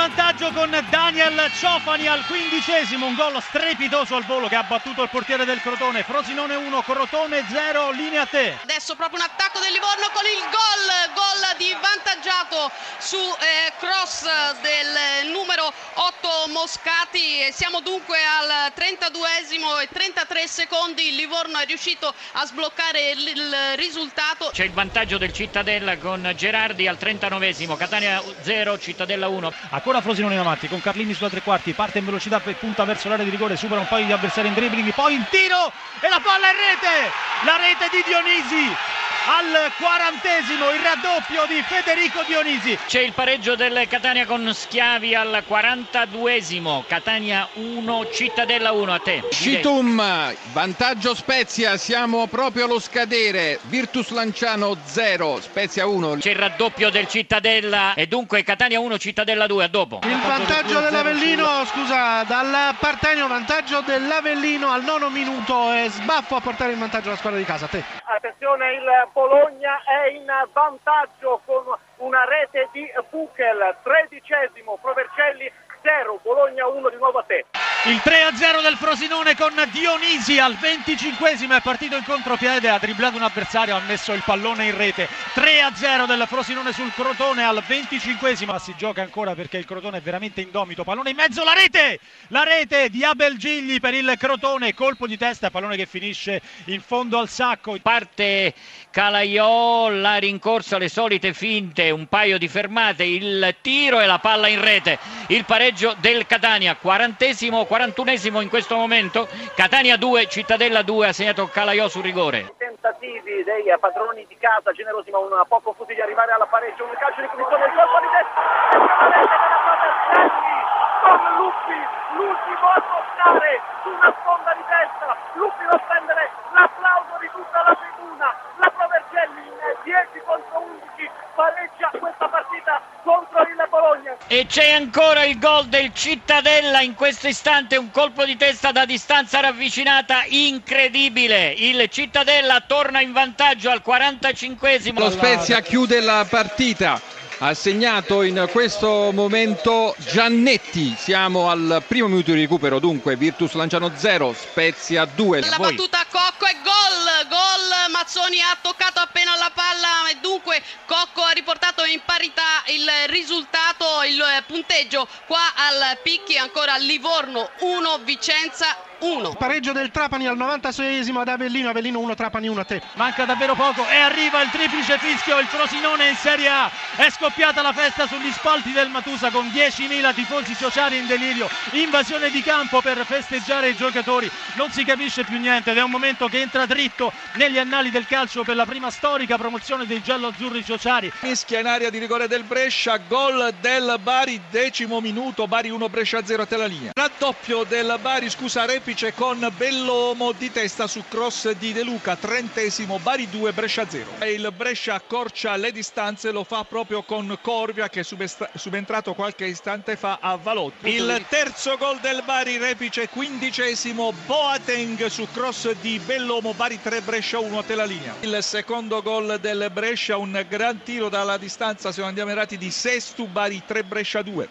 vantaggio con Daniel Ciofani al 15esimo, un gol strepitoso al volo che ha battuto il portiere del Crotone. Frosinone 1, Crotone 0, linea a te. Adesso proprio un attacco del Livorno con il gol di vantaggiato su cross del numero 8 Moscati. Siamo dunque al 32esimo e 33 secondi, il Livorno è riuscito a sbloccare il risultato. C'è il vantaggio del Cittadella con Gerardi al 39esimo, Catania 0, Cittadella 1. Ancora Frosinone in avanti con Carlini sulla tre quarti, parte in velocità per punta verso l'area di rigore, supera un paio di avversari in dribbling, poi il tiro e la palla in rete, la rete di Dionisi al 40esimo, il raddoppio di Federico Dionisi. C'è il pareggio del Catania con Schiavi al 42esimo, Catania 1, Cittadella 1, a te. Scitum, vantaggio Spezia, siamo proprio allo scadere, Virtus Lanciano 0, Spezia 1. C'è il raddoppio del Cittadella e dunque Catania 1, Cittadella 2, a dopo. Il vantaggio dell'Avellino, scusa, dal Partenio, vantaggio dell'Avellino al 9° minuto e sbaffo a portare in vantaggio la squadra di casa, a te. Attenzione, il Bologna è in vantaggio con una rete di Buchel, 13esimo, Provercelli 0, Bologna 1, di nuovo a te. Il 3-0 del Frosinone con Dionisi al 25esimo, è partito in contropiede, ha dribblato un avversario, ha messo il pallone in rete. 3-0 del Frosinone sul Crotone al 25esimo, ma si gioca ancora perché il Crotone è veramente indomito. Pallone in mezzo, la rete di Abel Gigli per il Crotone, colpo di testa, pallone che finisce in fondo al sacco. Parte Calaiò, la rincorsa, le solite finte, un paio di fermate, il tiro e la palla in rete. Il pareggio del Catania, 40esimo, 41esimo in questo momento, Catania 2, Cittadella 2, ha segnato Calaiò sul rigore. Tentativi dei padroni di casa, generosi ma un po' confusi di arrivare alla pareggio, un calcio di punizione, il colpo di testa e una rete della Provercelli con Luppi, l'ultimo a toccare su una sponda di testa. Luppi va a prendere l'applauso di tutta la tribuna. La Provercelli in 10 contro 11 pareggia questa partita contro il Bologna. E c'è ancora il gol del Cittadella in questo istante, un colpo di testa da distanza ravvicinata incredibile. Il Cittadella torna in vantaggio al 45esimo. Lo Spezia chiude la partita. Ha segnato in questo momento Giannetti, siamo al primo minuto di recupero, dunque Virtus Lanciano 0, Spezia 2. La battuta a Cocco e gol, Mazzoni ha toccato appena la palla e dunque Cocco ha riportato in parità il risultato, il punteggio qua al Picchi, ancora Livorno 1, Vicenza 1. Pareggio del Trapani al 96esimo ad Avellino, Avellino 1, Trapani 1, a te. Manca davvero poco e arriva il triplice fischio, il Frosinone in Serie A. È scoppiata la festa sugli spalti del Matusa con 10.000 tifosi sociali in delirio, invasione di campo per festeggiare i giocatori. Non si capisce più niente ed è un momento che entra dritto negli annali del calcio per la prima storica promozione dei giallo-azzurri sociali. Mischia in area di rigore del Brescia, gol del Bari, 10° minuto, Bari 1, Brescia 0, a te la linea. Raddoppio del Bari, scusa, replice con Bellomo di testa su cross di De Luca, 30esimo, Bari 2, Brescia 0. E il Brescia accorcia le distanze, lo fa proprio con Corvia che è subentrato qualche istante fa a Valotti. Il terzo gol del Bari, replice 15esimo, Boateng su cross di Bellomo, Bari 3, Brescia 1, a te la linea. Il secondo gol del Brescia, un gran tiro dalla distanza, siamo andiamo errati, di Sestu, Bari 3, Brescia 2.